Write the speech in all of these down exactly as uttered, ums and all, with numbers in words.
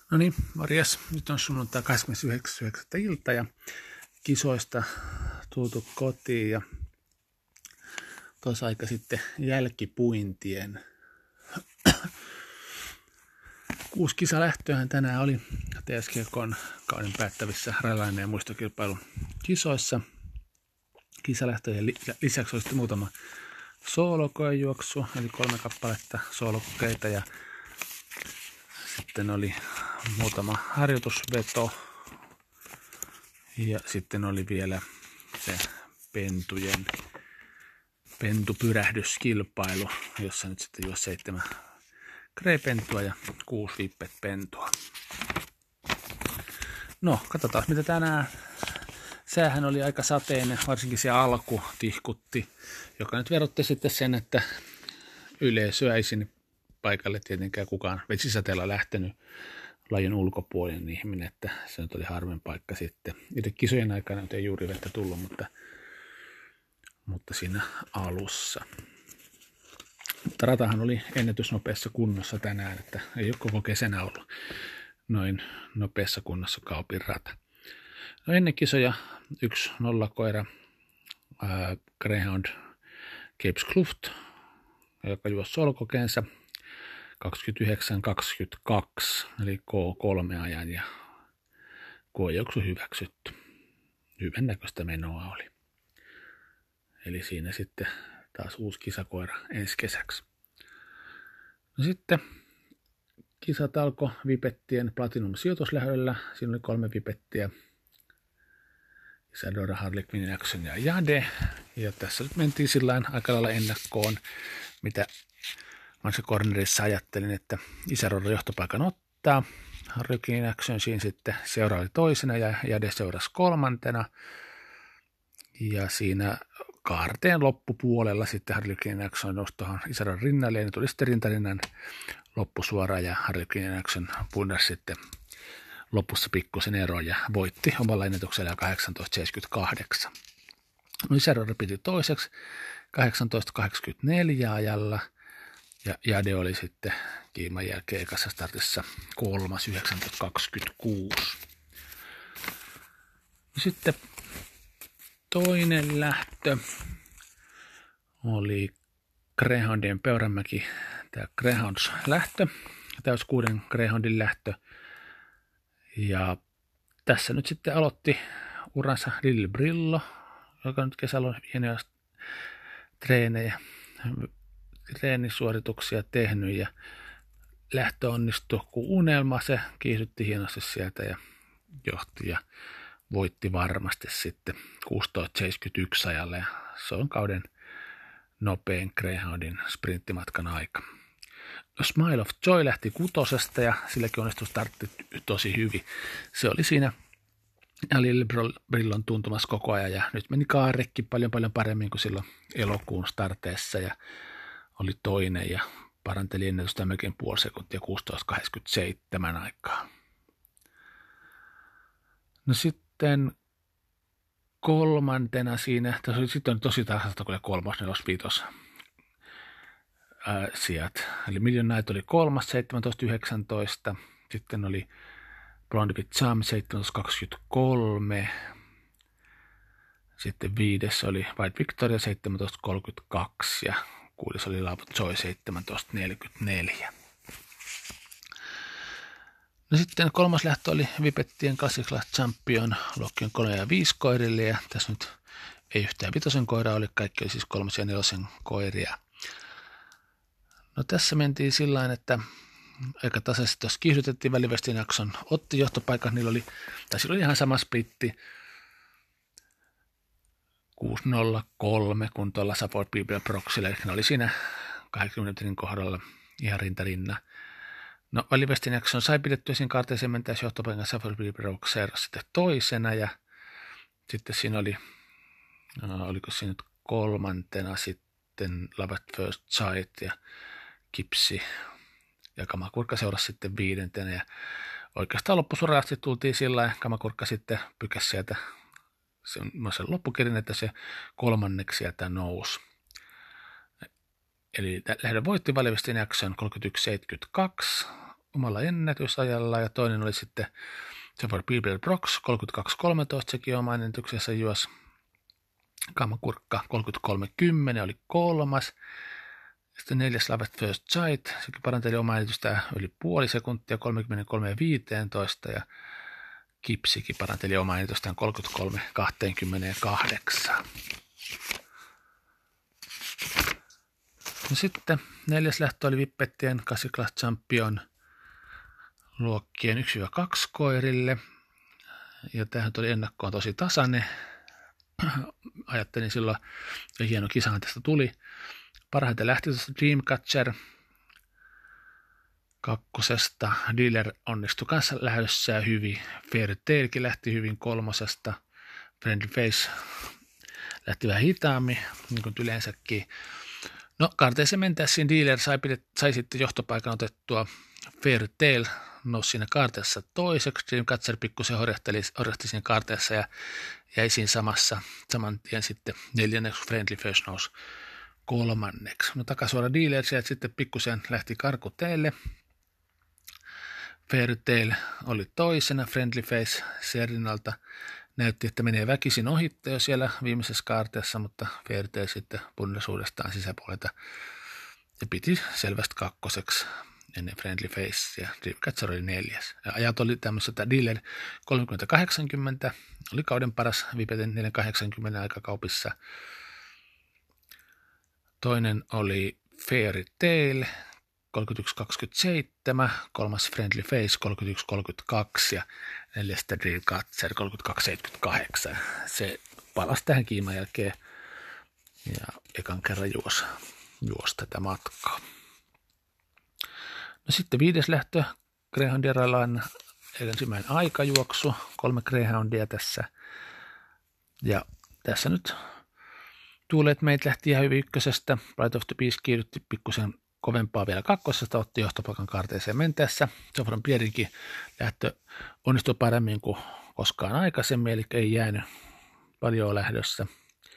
No niin, morjes. Nyt on sunnuntai kahdeskymmenesyhdeksäs yhdeksättä ilta ja kisoista tultu kotiin ja tuossa aika sitten jälkipuintien. Kuusi kisalähtöähän tänään oli T S G K:n kauden päättävissä rallyline ja muistokilpailun kisoissa. Kisalähtöjen lisäksi oli sitten muutama soolokoejuoksu, eli kolme kappaletta soolokokeita ja sitten oli muutama harjoitusveto ja sitten oli vielä se pentujen pentupyrähdyskilpailu, jossa nyt sitten juosi seitsemän Grey-pentua ja kuusi Whippet-pentua. No, katsotaan mitä tänään. Säähän oli aika sateinen, varsinkin se alku tihkutti, joka nyt verotti sitten sen, että yleisöä ei sinne paikalle tietenkään kukaan vesisateella lähtenyt lajin ulkopuolinen ihminen, että se nyt oli harvin paikka sitten. Itse kisojen aikana nyt ei juuri vettä tullut, mutta, mutta siinä alussa. Mutta ratahan oli ennätysnopeassa kunnossa tänään, että ei ole koko kesänä ollut noin nopeassa kunnossa Kaupin rata. No ennen kisoja yksi nollakoira ää, Greyhound Capes Kluft, joka juosi solkokeensa kaksikymmentäyhdeksän kaksikymmentäkaksi, eli K kolme ajan ja K-juoksu hyväksytty. Hyvän näköistä menoa oli. Eli siinä sitten taas uusi kisakoira ensi kesäksi. No sitten kisat alkoi Vipettien Platinum-sijoituslähdöllä. Siinä oli kolme Vipettiä. Isadora, Harley Quinn, Action ja Jade. Ja tässä nyt mentiin sillain aika lailla ennakkoon, mitä Mansa Cornerissa ajattelin, että Isadora johtopaikan ottaa. Harley Quinn, Action siinä sitten seuraali toisena ja Jade seurasi kolmantena. Ja siinä kaarteen loppupuolella sitten Harley Quinn Action nousi tuohon Isadoran rinnalle. Ja ne tuli sitten rintarinnan loppusuoraan ja Harley Quinn Action punnasi sitten lopussa pikkusen eroon ja voitti omalla ennätyksellä kahdeksantoista seitsemänkymmentäkahdeksan. No Isadora piti toiseksi kahdeksantoista kahdeksankymmentäneljä ajalla ja Jade oli sitten kiiman jälkeen ekassa startissa kolmas yhdeksäntoista kaksikymmentäkuusi. Sitten toinen lähtö oli Greyhoundien Peuramäki, tämä Greyhounds lähtö, täys kuuden Greyhoundin lähtö. Ja tässä nyt sitten aloitti uransa Lilli Brillo, joka nyt kesällä on hienoja treenejä, treenisuorituksia tehnyt ja lähtö onnistui kuin unelma. Se kiihdytti hienosti sieltä ja johti ja voitti varmasti sitten kuusitoista seitsemänkymmentäyksi ajalle ja se on kauden nopein Greyhoundin sprinttimatkan aika. Smile of Joy lähti kutosesta ja silläkin onnistui startti tosi hyvin. Se oli siinä Lilli Brillon tuntumassa koko ajan ja nyt meni kaarekki paljon paljon paremmin kuin silloin elokuun starteessa ja oli toinen ja paranteli ennätystä melkein puoli sekuntia kuusitoista kahdeksankymmentäseitsemän aikaa. No sitten kolmantena siinä, tässä oli sitten tosi tasasta kuin kolmas, nelos, viitos ää, sijat. Eli Million Night oli kolmas, seitsemäntoista yhdeksäntoista. Sitten oli Blonde with Charm, seitsemäntoista kaksikymmentäkolme. Sitten viides oli White Victoria, seitsemäntoista kolmekymmentäkaksi. Ja kuudes oli Love Joy, seitsemäntoista neljäkymmentäneljä. No sitten kolmas lähtö oli Vipettien Classic Class Champion luokkien kolme ja viisi koirille ja tässä nyt ei yhtään vitosen koiraa oli, kaikki oli siis kolmosen ja nelosen koiria. No tässä mentiin sillain, että aika tasaisesti tuossa kiihdytettiin välivestin jakson, otti johtopaikan, niillä oli, tai sillä oli ihan sama splitti kuusi nolla kolme kun tuolla Support People Proxilla, eli ne oli siinä kahdeksankymmentä metrin kohdalla ihan rintarinna. No välivestin jakson sai pidettyä siinä kaarteeseen mentäisi johtopaikan Support People Prox sitten toisena ja sitten siinä oli, no, oliko siinä nyt kolmantena sitten Love at First Sight ja Kipsi ja Kamakurkka seurasi sitten viidentenä ja oikeastaan loppusuorasti tultiin sillä ja Kamakurkka sitten pykäsi sieltä sen loppukirin, että se kolmanneksi sieltä nousi. Eli lähdön voitti välivestin jakson kolmekymmentäyksi seitsemänkymmentäkaksi, omalla ennätysajalla ja toinen oli sitten Trevor Beeble-Brooks kolmekymmentäkaksi kolmetoista, sekin oma ennätyksessä juosi. Kamakurkka kolmekymmentäkolme kymmenen oli kolmas. Sitten neljäs Lavet First Sight, sekin paranteli omaa ennätystä yli puoli sekuntia kolmekymmentäkolme viisitoista ja Kipsikin paranteli omaa ennätystään kolmekymmentäkolme kaksikymmentäkahdeksan. No sitten neljäs lähtö oli Vippettien Classic Class Champion luokkien yksi kaksi koirille. Ja tämähän tuli ennakkoon tosi tasainen. Ajattelin silloin, ja hieno kisahan tästä tuli. Parhaiten lähti tuosta Dreamcatcher kakkosesta. Dealer onnistui kanssa lähdössä hyvin. Fairytalekin lähti hyvin kolmosesta. Friendly Face lähti vähän hitaammin, niin kuin yleensäkin. No, kaarteeseen mentäessä Dealer sai, pidet, sai sitten johtopaikan otettua. Fairytale nousi siinä kaarteessa toiseksi. Dreamcatcher pikkusen horjahti siinä kaarteessa ja jäi siinä samassa saman tien sitten neljänneksi. Friendly Face nousi kolmanneksi. No, takasuora Dealer sieltä sitten pikkusen lähti karkuteille. Fairytale oli toisena. Friendly Face Serinalta näytti, että menee väkisin ohitte jo siellä viimeisessä kaarteessa, mutta Fairytale sitten punnellisuudestaan sisäpuolelta ja piti selvästi kakkoseksi ennen Friendly Face ja Dreamcatcher oli neljäs. Ja ajat oli tämmöiseltä Dealer kolmekymmentä kahdeksankymmentä, oli kauden paras Vipetin neljä kahdeksankymmentä aikakaupissa. Toinen oli Fairytale kolmekymmentäyksi kaksikymmentäseitsemän, kolmas Friendly Face kolmekymmentäyksi kolmekymmentäkaksi ja neljästä Dreamcatcher kolmekymmentäkaksi seitsemänkymmentäkahdeksan. Se palasi tähän kiiman jälkeen ja ekan kerran juosi, juosi tätä matkaa. No sitten viides lähtö, Greyhoundien Ralan ensimmäinen aikajuoksu, kolme Greyhoundia tässä. Ja tässä nyt Tuuleet meitä lähti ihan hyvin ykkösestä. Pride of the Beast kiihdytti pikkusen kovempaa vielä kakkosesta, otti johtopaikan kaarteeseen mentäessä. Sofran Pierinkin lähtö onnistui paremmin kuin koskaan aikaisemmin, eli ei jäänyt paljon lähdössä.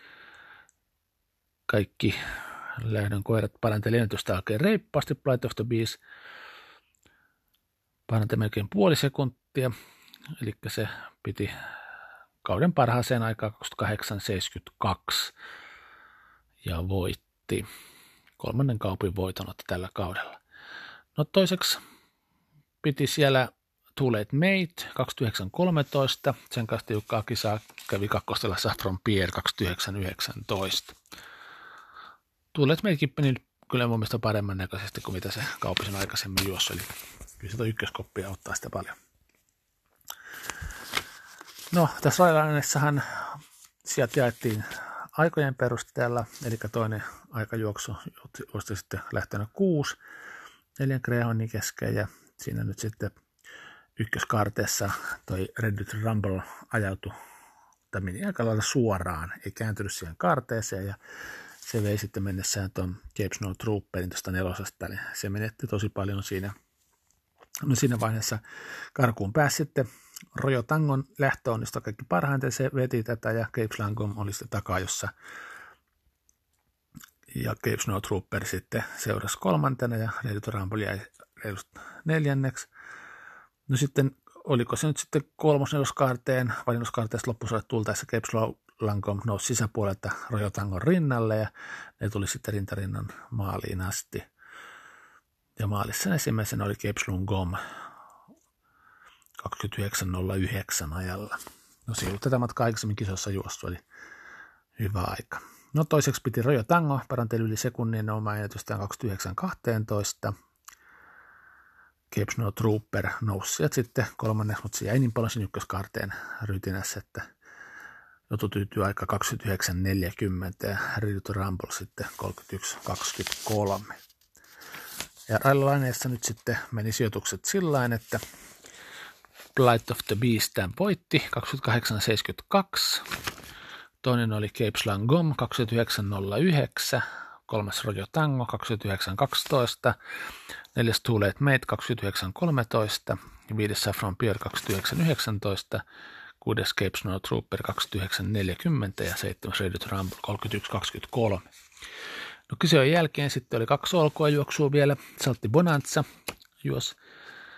Kaikki lähdön koirat paranteli ennätystä oikein reippaasti. Pride of the Beast paranteli melkein puoli sekuntia, eli se piti kauden parhaaseen aikaan kaksikymmentäkahdeksan seitsemänkymmentäkaksi ja voitti. Kolmannen kaupin voiton otti tällä kaudella. No toiseksi piti siellä Too Late Mate kaksikymmentäyhdeksän kolmetoista. Sen kanssa tiukkaa kisaa kävi kakkostella Saffron Pierre kaksikymmentäyhdeksän yhdeksäntoista. Too Late Matekin meni kyllä mun mielestä paremman näköisesti kuin mitä se kaupisen aikaisemmin juossa. Eli kyllä sitä ykköskoppia auttaa sitä paljon. No tässä Railainessahan sieltä jaettiin aikojen perusteella, eli toinen aikajuoksu olisi sitten lähtenyt kuusi, neljän Greyhoundin kesken ja siinä nyt sitten ykköskaarteessa toi Reddit Rumble ajautui, tai meni aika lailla suoraan, ei kääntynyt siihen kaarteeseen ja se vei sitten mennessään tuon Cape Snow Trooperin tuosta nelosesta, eli se menetti tosi paljon siinä. No siinä vaiheessa karkuun pääsi sitten Rojo Tangon lähtö onnistui kaikki parhaiten, se veti tätä ja Cape Slangom oli sitten takaa, jossa ja Cape Snow Trooper sitten seurasi kolmantena ja Reddit Rumble jäi reilusti neljänneksi. No sitten oliko se nyt sitten kolmos-neloskaarteen, valinnoskaarteesta loppusuolet tultaessa Cape Slangom nousi sisäpuolelta Rojo Tangon rinnalle ja ne tuli sitten rintarinnan maaliin asti. Ja maalissa ensimmäisenä oli Cape Slangom kaksikymmentäyhdeksän nolla yhdeksän ajalla. No se ei ollut tätä matkaa aikaisemmin kisossa juostu, eli hyvä aika. No toiseksi piti Rojo Tango, paranteli yli sekunnin omaa ennätystään kaksikymmentäyhdeksän kaksitoista. Cape Snow Trooper nousi sieltä sitten kolmanneksi, mutta se jäi niin paljon siinä ykköskaarteen rytinässä, että joutui tyytyy aika kaksikymmentäyhdeksän neljäkymmentä ja Reddit Rumble sitten kolmekymmentäyksi kaksikymmentäkolme. Ja Railalineessa nyt sitten meni sijoitukset sillain, että Flight of the Beast voitti kaksikymmentäkahdeksan seitsemänkymmentäkaksi. Toinen oli Cape Slangom kaksikymmentäyhdeksän nolla yhdeksän. Kolmas Rojo Tango kaksikymmentäyhdeksän kaksitoista. Neljäs Too Late Mate kaksikymmentäyhdeksän kolmetoista. Viides Saffron Pierre kaksikymmentäyhdeksän yhdeksäntoista. Kuudes Cape Snow Trooper kaksikymmentäyhdeksän neljäkymmentä ja seitsemäs Reddit Rumble kolmekymmentäyksi kaksikymmentäkolme. No kyseön jälkeen sitten oli kaksi olkoa juoksua vielä. Saltti Bonanza juosi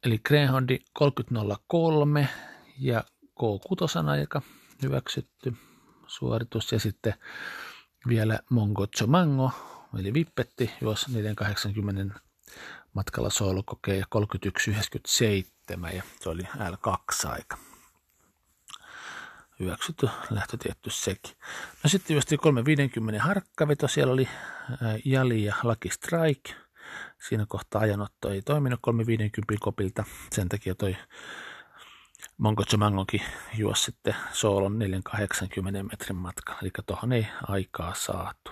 eli Greyhoundi kolmekymmentä nolla kolme ja K kuusi aika hyväksytty suoritus. Ja sitten vielä Mongo Chomango, eli Vippetti, juosi neljäsataakahdeksankymmentä matkalla soolokokeen kolmekymmentäyksi yhdeksänkymmentäseitsemän ja se oli L kaksi aika. Hyväksytty lähtötietty sekin. No sitten juosti kolmesataaviisikymmentä harkkaveto, siellä oli Jali ja Lucky Strike. Siinä kohtaa ajanotto ei toiminut kolmesataaviisikymmentä kopilta, sen takia toi Mongo Chomangokin juosi sitten soolon neljäsataakahdeksankymmentä metrin matkalla, eli tuohon ei aikaa saatu.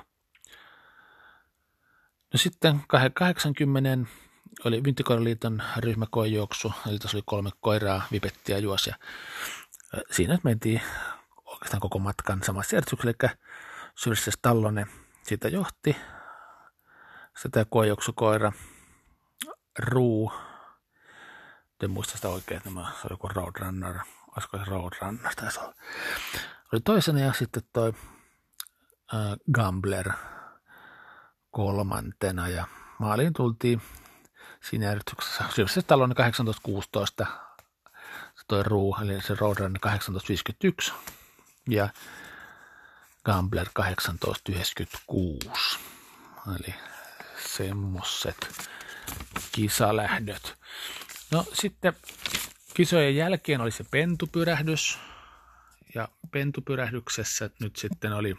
No sitten kahdeksankymmentä oli Vinttikoiraliiton ryhmäkoejuoksu, eli tässä oli kolme koiraa, Vipettiä juosi ja siinä nyt mentiin oikeastaan koko matkan samassa järjestyksessä, eli Syrses Tallonen siitä johti. Sitten tämä koejuoksukoira Ruu, en muista sitä oikein, että se on joku Roadrunner, olisiko se Roadrunner taisi olla. Oli toisena ja sitten toi äh, Gambler kolmantena ja maaliin tultiin siinä järjestyksessä. Syrses Tallonen kahdeksantoista kuusitoista. Toi Ruu, eli se Roadrunner kahdeksantoista viisikymmentäyksi ja Gambler kahdeksantoista yhdeksänkymmentäkuusi. Eli semmoset kisalähdöt. No sitten kisojen jälkeen oli se pentupyrähdys ja pentupyrähdyksessä nyt sitten oli,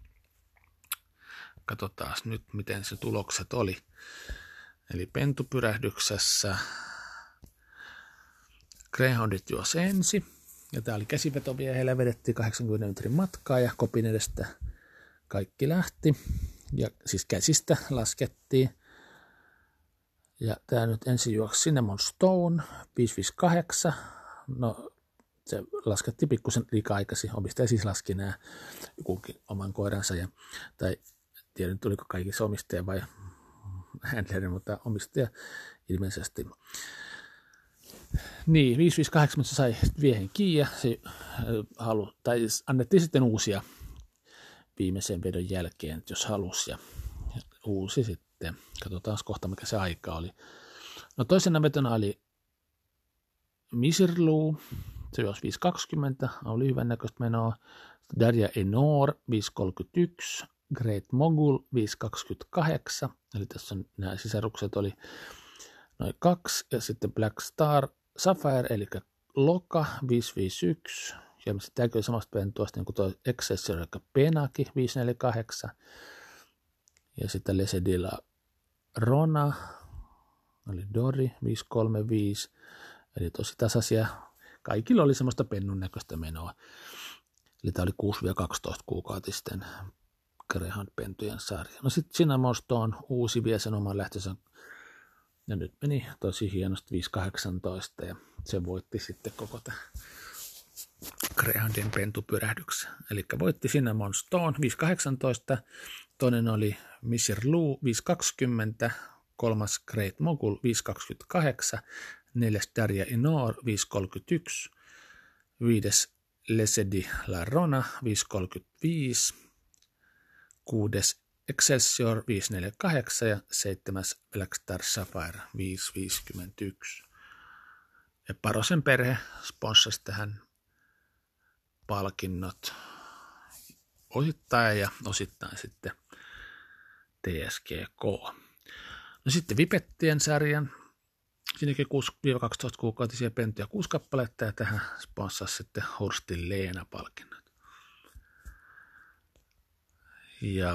katsotaan nyt miten se tulokset oli. Eli pentupyrähdyksessä Greyhoundit juosi ensi, ja tämä oli käsivetomiehellä, vedettiin kahdeksankymmentä metrin matkaa ja kopin edestä kaikki lähti, ja siis käsistä laskettiin. Ja tämä nyt ensin juoksi Cinnamon Stone viisi viisi kahdeksan, no se laskettiin pikkusen liikaa aikaisin, omistaja siis laski nämä kunkin oman koiransa, ja, tai tiedän tuliko kaikissa omistaja vai handleri, mutta omistaja ilmeisesti. Niin, viisi viisi kahdeksan se sai viehen kiinni ja se halu, tai annettiin sitten uusia viimeisen vedon jälkeen, että jos halusi ja uusi sitten. Katsotaan kohta, mikä se aika oli. No toisena vetona oli Misirloo, se juosi viisi kaksikymmentä, oli hyvän näköistä menoa. Darja Enor viisi kolmekymmentäyksi, Great Mogul viisi kaksikymmentäkahdeksan, eli tässä on nämä sisarukset oli noin kaksi, ja sitten Black Star Sapphire, eli Loka viisi viisi yksi, ja tämäkin oli samasta pentuasta niin kuin tuo Excessor, eli Penaki viisi neljäkymmentäkahdeksan, ja sitten Lesedilla Rona, oli Dori viisi kolmekymmentäviisi, eli tosi tasaisia. Kaikilla oli semmoista pennun näköistä menoa. Eli tämä oli kuusi kaksitoista kuukautisten Greyhound-pentujen sarja. No sitten Cinnamon Stone uusi vie sen oman lähtönsä. Ja nyt meni tosi hienosti viisi kahdeksantoista ja se voitti sitten koko tämä Greyhoundin pentupyrähdyksen. Eli voitti Cinnamon Stone viisi kahdeksantoista, toinen oli Misirloo viisi kaksikymmentä, kolmas Great Mogul viisi kaksikymmentäkahdeksan, neljäs Darja Enor viisi kolmekymmentäyksi, viides Lesedi La Rona viisi kolmekymmentäviisi, kuudes Excelsior viisi neljäkymmentäkahdeksan ja seitsemäs Black Star Sapphire viisi viisikymmentäyksi. Ja Parosen perhe sponssasi tähän palkinnot osittain ja osittain sitten T S G K. No sitten Vipettien sarjan. Siinäkin kuusi kaksitoista kuukautisia pentuja, kuusi kappaletta ja tähän sponssasi sitten Hurstin Leena-palkinnot. Ja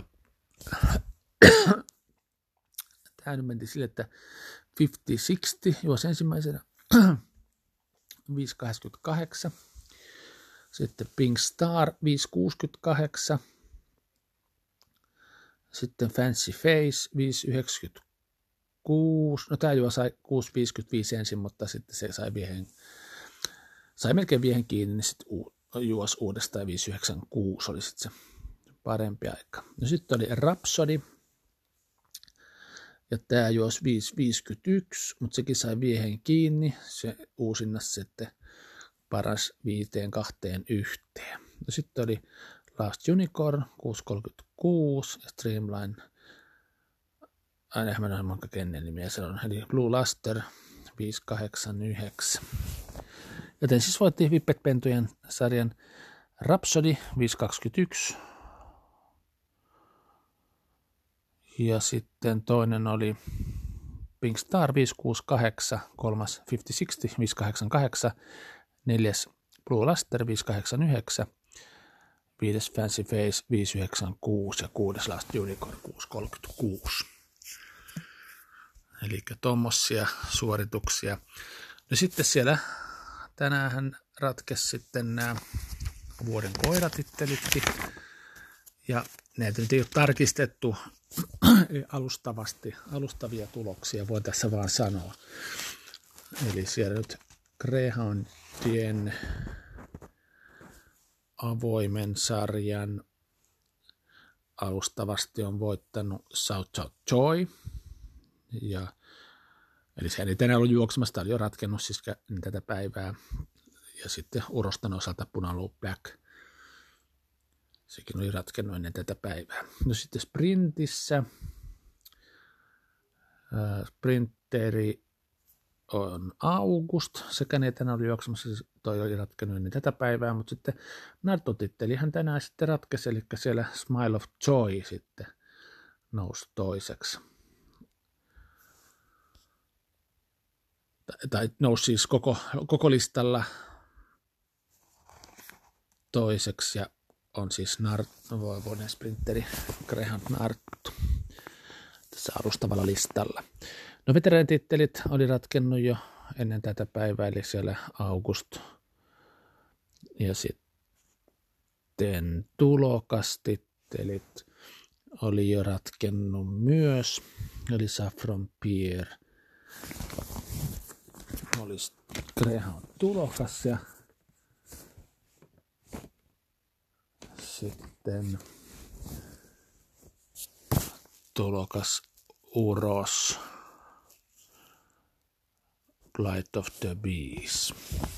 tämä nyt menti sille, että viisikymmentä kuusikymmentä juosi ensimmäisenä viisi kahdeksankymmentäkahdeksan. Sitten Pink Star viisi kuusikymmentäkahdeksan. Sitten Fancy Face viisi yhdeksänkymmentäkuusi. No tämä juosi sai kuusi viisikymmentäviisi ensin, mutta sitten se sai viehen, sai melkein viehen kiinni, niin sitten juosi uudestaan viisi yhdeksänkymmentäkuusi oli sitten se parempi aika. No sitten oli Rhapsody. Ja tämä juosi viisi viisikymmentäyksi, mutta sekin sai viehen kiinni. Se uusinnassa sitten paras viiteen kahteen yhteen. No sitten oli Last Unicorn kuusi kolmekymmentäkuusi ja Streamline. Aina mä en monta kennen nimiä se on. Eli Blue Luster viisi kahdeksan yhdeksän. Joten siis voitti Whippet-pentujen sarjan Rhapsody viisi kaksikymmentäyksi. Ja sitten toinen oli Pink Star viisi kuusikymmentäkahdeksan, kolmas viisikymmentä kuusikymmentä viisi kahdeksankymmentäkahdeksan, neljäs Blue Luster viisi kahdeksankymmentäyhdeksän, viides Fancy Face viisi yhdeksänkymmentäkuusi ja kuudes Last Unicorn kuusi kolmekymmentäkuusi. Eli tuommoisia suorituksia. No sitten siellä tänään ratkesi sitten nämä vuoden koiratittelitkin. Ja näitä nyt ei ole tarkistettu alustavasti, alustavia tuloksia, voin tässä vaan sanoa. Eli siellä nyt Greyhoundien avoimen sarjan alustavasti on voittanut South South Joy. Ja, eli se ei tänään ollut juoksemassa, tämä oli jo ratkennut siis tätä päivää. Ja sitten uroston osalta Punaloo Black. Sekin oli ratkennut ennen tätä päivää. No sitten sprintissä. Äh, sprinteri on August. Sekä ne tänään oli juoksemassa, toi oli ratkennut ennen tätä päivää. Mutta sitten nartotittelihän tänään sitten ratkesi, eli siellä Smile of Joy sitten nousi toiseksi. Tai, tai nousi siis koko, koko listalla toiseksi ja on siis Narttu, vuoden sprinteri Greyhound Narttu tässä alustavalla listalla. No veteraanitittelit oli ratkennut jo ennen tätä päivää, eli siellä August. Ja sitten tulokastittelit oli jo ratkennut myös, eli Saffron Pier olisi Greyhound tulokas ja sitten tulokas Uros Flight of the Bees.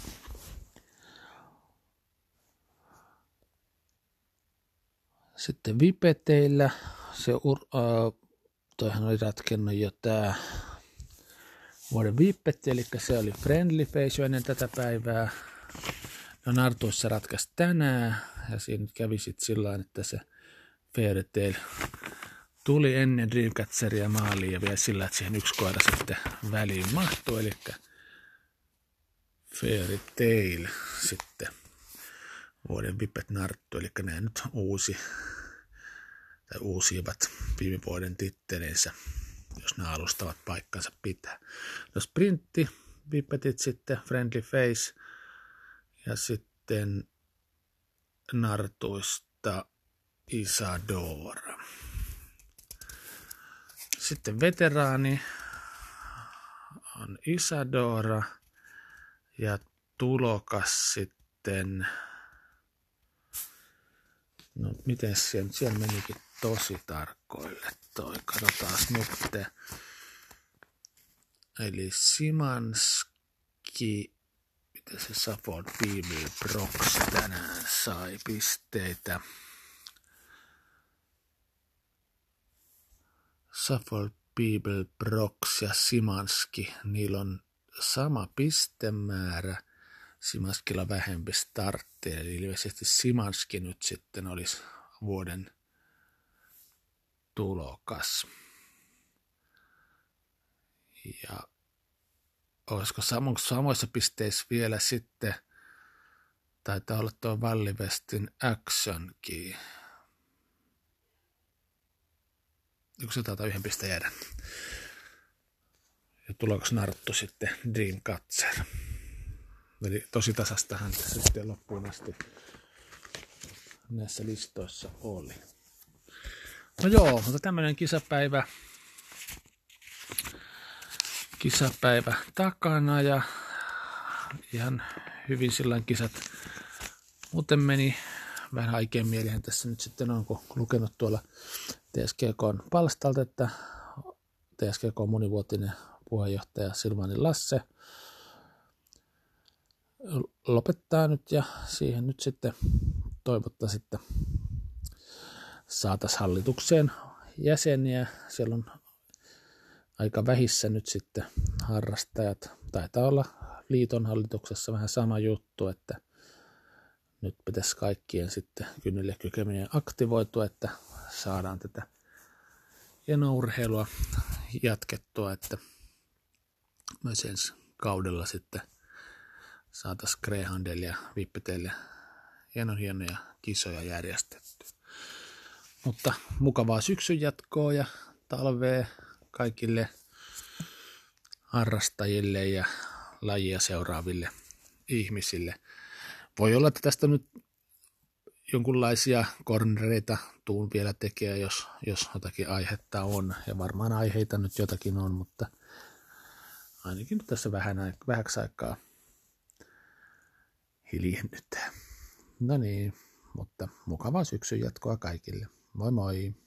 Sitten Whippeteillä se uh, toihan oli ratkennut jo tää vuoden Whippet, eli se oli Friendly Face jo ennen tätä päivää. No Nartuissa ratkaisi tänään, ja siinä kävi sitten sillä että se Fairy Tail tuli ennen Dreamcatcheria maaliin, ja vielä sillä, että siihen yksi koira sitten väliin mahtui, eli Fairy Tail sitten vuoden Whippet Narttu, eli nämä nyt uusi, tai uusivat viime vuoden tittelinsä, jos nämä alustavat paikkansa pitää. No sprintti, Whippetit sitten, Friendly Face ja sitten Nartuista Isadora. Sitten veteraani on Isadora ja tulokas sitten, no miten siellä, siellä menikin tosi tarkoille toi, katsotaan nyt. Eli Simanski, mitä se Suffolk Beeble Brox tänään sai pisteitä. Suffolk Beeble Brox ja Simanski, niillä on sama pistemäärä. Simanskilla vähempi startti, eli ilmeisesti Simanski nyt sitten olisi vuoden tulokas. Ja olisiko samoissa pisteissä vielä sitten, taitaa olla tuo Vallivestin Actionkin. Yksi se taitaa yhden pisteen jäädä. Ja tulokas Narttu sitten Dreamcatcher. Eli tosi tasastahan tässä sitten loppuun asti näissä listoissa oli. No joo, mutta tämmöinen kisapäivä, kisapäivä takana ja ihan hyvin silloin kisat muuten meni. Vähän haikein mielihän tässä nyt sitten on, kun lukenut tuolla T S G K:n palstalta, että T S G K monivuotinen puheenjohtaja Silvani Lasse lopettaa nyt ja siihen nyt sitten toivottaa sitten saataisiin hallitukseen jäseniä. Siellä on aika vähissä nyt sitten harrastajat. Taitaa olla liiton hallituksessa vähän sama juttu, että nyt pitäisi kaikkien sitten kynnelle kykeminen aktivoitua, että saadaan tätä hienourheilua jatkettua, että myös ensi kaudella sitten saataisiin Greyhoundille ja Vippetelle hienon hienoja kisoja järjestettyä. Mutta mukavaa syksyn jatkoa ja talvea kaikille harrastajille ja lajia seuraaville ihmisille. Voi olla, että tästä nyt jonkunlaisia kornereita tuun vielä tekemään, jos, jos jotakin aihetta on. Ja varmaan aiheita nyt jotakin on, mutta ainakin nyt tässä vähän, vähäksi aikaa hiljennytään. No niin, mutta mukavaa syksyn jatkoa kaikille. Moi moi!